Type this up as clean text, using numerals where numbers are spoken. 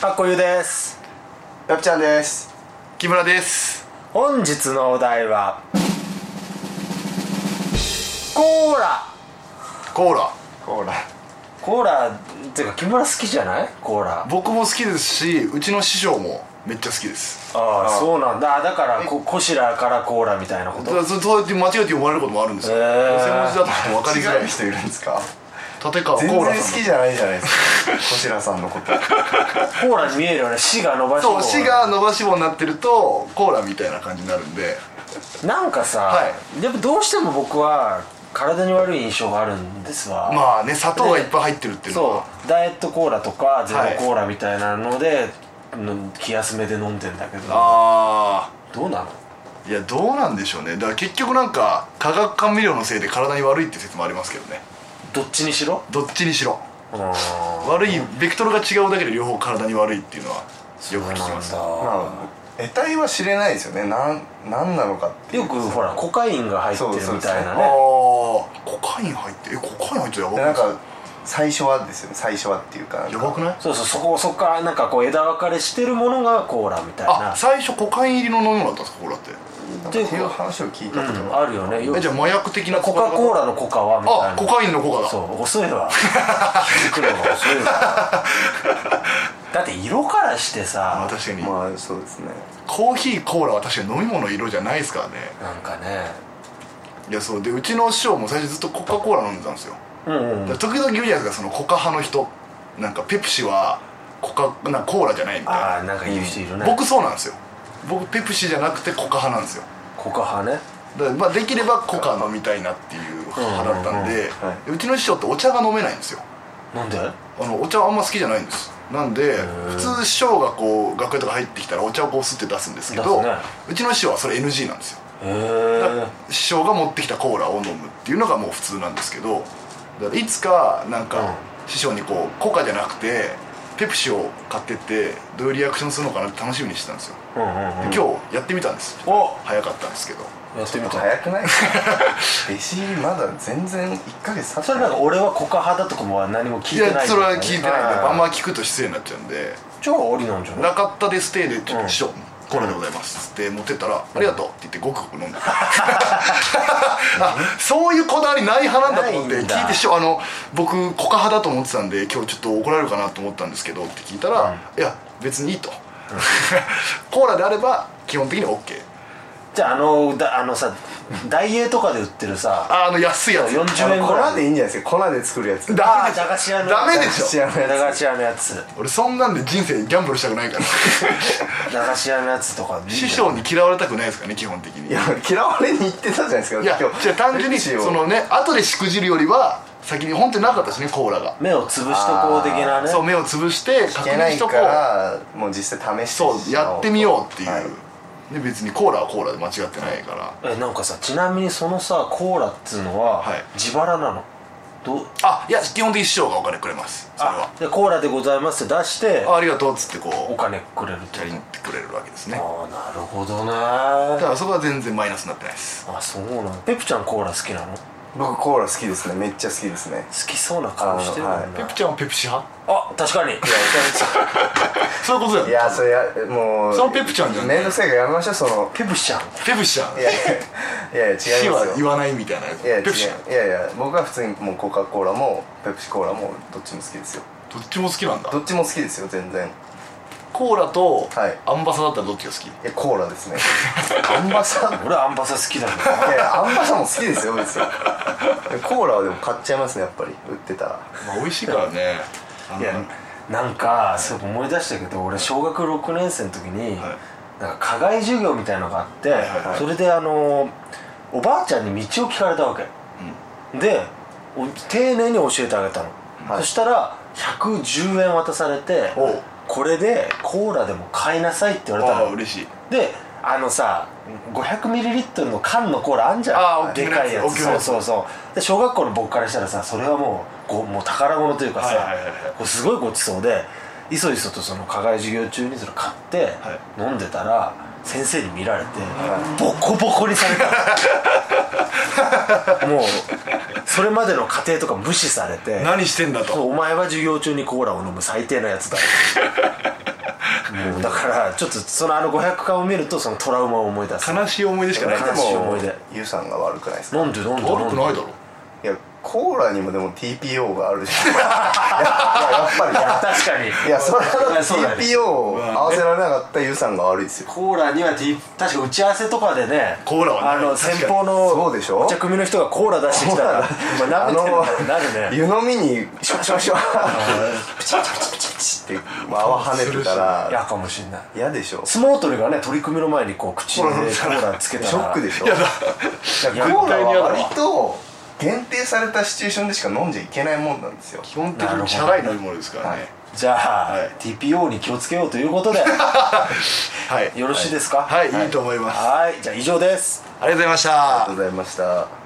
かっこゆです。 やっちゃんです。 木村です。 本日のお題はコーラ。 コーラコーラっていうか木村好きじゃない？コーラ。 僕も好きですし、うちの師匠もめっちゃ好きです。 ああ、そうなんだ。だからコシラからコーラみたいなこと。 そうやって間違えて読まれることもあるんですよ。専門字だと分かりづらい。 違う人いるんですか？ 立川コーラさん。 全然好きじゃないじゃないですか小白さんのこと。 コーラに見えるよね。死が伸ばし棒。 そう、死が伸ばし棒になってるとコーラみたいな感じになるんで。 なんかさ、 はやっぱどうしても僕は体に悪い印象があるんですわ。 まあね、砂糖がいっぱい入ってるっていうのは。 そう、ダイエットコーラとかゼロコーラみたいなので、気休めで飲んでんだけど。 あどうなの？ あ、いやどうなんでしょうね。だから結局なんか化学甘味料のせいで体に悪いって説もありますけどね。 どっちにしろ？ どっちにしろ悪いベクトルが違うだけで両方体に悪いっていうのはよく聞きます。 そうなんだ。 まあ得体は知れないですよね。なんなのかっていう。 よくほらコカインが入ってるみたいなああ、 ね。 コカイン入ってコカイン入ってやばくないですか？ なんか最初はですよね。最初はっていうかやばくない？ そうそう、そこからなんかこう枝分かれしてるものがコーラみたいな。 あ、最初コカイン入りの飲み物だったんですか、コーラって。 っていう話を聞いたことがあるよね。 じゃあ麻薬的なコカ・コーラのコカはみたいな。 あ、コカインのコカだ。 そう遅いわ気づくのが遅いわだって色からしてさ、 確かに、 まあそうですね。 コーヒーコーラは確かに飲み物色じゃないですからね。 なんかね。 いや、そうで、うちの師匠も最初ずっとコカ・コーラ飲んでたんですよ。で時々いるじゃないですか、そのコカ派の人。なんかペプシはコーラじゃないみたいな。 ああ、なんか言う人いるね。 僕そうなんですよ。僕ペプシじゃなくてコカ派なんですよ。 コカ派ね。 だからまあできればコカ飲みたいなっていう派だったんで、うちの師匠ってお茶が飲めないんですよ。 なんで？ お茶あんま好きじゃないんです。なんで普通師匠がこう楽屋とか入ってきたらお茶をこう吸って出すんですけど、うちの師匠はそれ NG なんですよ。師匠が持ってきたコーラを飲むっていうのがもう普通なんですけど、だからいつかなんか師匠にこうコカじゃなくてペプシを買ってってどういうリアクションするのかなって楽しみにしてたんですよ。で今日やってみたんです。早かったんですけど。 やってみた。 早くない？弟子まだ全然1ヶ月経ってない。 それなんか俺はコカ派だとかも何も聞いてない。 いや、それは聞いてないんで、あんま聞くと失礼になっちゃうんで。 じゃあありなんじゃない？ なかったですてで、ちょっと師匠コーラでございますって持ってったら、ありがとうって言ってごくごく飲んであ、そういうこだわりない派なんだと思って聞いて、師匠僕コカ派だと思ってたんで今日ちょっと怒られるかなと思ったんですけどって聞いたら、いや別にいいとコーラであれば基本的に OK。 じゃあさ、ダイエーとかで売ってるさ、 安いやつ 40円ぐらい粉でいいんじゃないですか。粉で作るやつ。 ダ駄菓子屋のダメでしょ。 駄菓子屋のやつ。 俺そんなんで人生ギャンブルしたくないから駄菓子屋のやつとか師匠に嫌われたくないですかね、基本的に。 いや嫌われに行ってたじゃないですか。 いや、じゃあ単純にそのね、後でしくじるよりは先に本当になかったですね、コーラが。 目を潰しとこう的なね。 そう、目を潰して確認しとこう。 聞けないからもう実際試してそうやってみようっていう、で別にコーラはコーラで間違ってないから。 なんかさ、ちなみにそのさコーラっつうのは自腹なの？ いや基本的に師匠がお金くれます。それはでコーラでございますって出してありがとうっつってこうお金くれるってチャリンってくれるわけですね。 なるほどね。 だからそこは全然マイナスになってないです。 そうなの。ペプちゃんコーラ好きなの？ 僕コーラ好きですね。めっちゃ好きですね。 好きそうな顔してるもんな。 ペプちゃんはペプシ派？ 確かに。 そういうことだよね。 いや、それもうそのペプちゃんじゃん。 めんどくさいからやめましょう。そのペプちゃんいや違いますよ。 死は言わないみたいなやつ。 いや僕は普通にもうコカ・コーラもペプシコーラもどっちも好きですよ。 どっちも好きなんだ。 どっちも好きですよ、全然。 コーラとアンバサだったらどっちが好き？ コーラですね。アンバサ俺はアンバサ好きだよ。 いやアンバサも好きですよ別に。コーラはでも買っちゃいますね、やっぱり売ってたら。 まあ美味しいからね。 いやなんかそう思い出したけど、俺小学6年生の時になんか課外授業みたいなのがあって、それでおばあちゃんに道を聞かれたわけ、で丁寧に教えてあげたの、そしたら110円渡されて、これでコーラでも買いなさいって言われたの。 嬉しい。 でさ 500ml の缶のコーラあんじゃん、でかいやつ。そうで小学校の僕からしたらさ、それはもう宝物というかさ、すごいごちそうで、いそいそとその課外授業中にそれ買って飲んでたら、先生に見られてボコボコにされたもうそれまでの過程とか無視されて、 何してんだと。 お前は授業中にコーラを飲む最低なやつだね、 だからちょっとその500巻を見るとそのトラウマを思い出す。 悲しい思い出しかない。 悲しい思い出。 ユウさんが悪くないですか？ なんで悪くないだろ。 いやコーラにもでも TPO があるしやっぱりいや確かにいやそれはそうだね TPO を合わせられなかったユウさんが悪いですよ。 コーラには、確か打ち合わせとかでね、 コーラはね先方そうでしょ、 のお茶組の人がコーラ出してきたらなめてるってなるね。 湯飲みにシュワシュワシュワプチプチプチプチプチって泡跳ねてたら嫌かもしんない。 嫌でしょ。 相撲取りがね取り組みの前にこう口でコーラつけたらショックでしょ。 いやだコーラは割と限定されたシチュエーションでしか飲んじゃいけないもんなんですよ。 基本的にチャラい飲み物ですからね。 じゃあ、 はい、 TPO に気をつけようということではい、 よろしいですか？ はい、いいと思います。 はい、じゃあ以上です。 ありがとうございました。 ありがとうございました。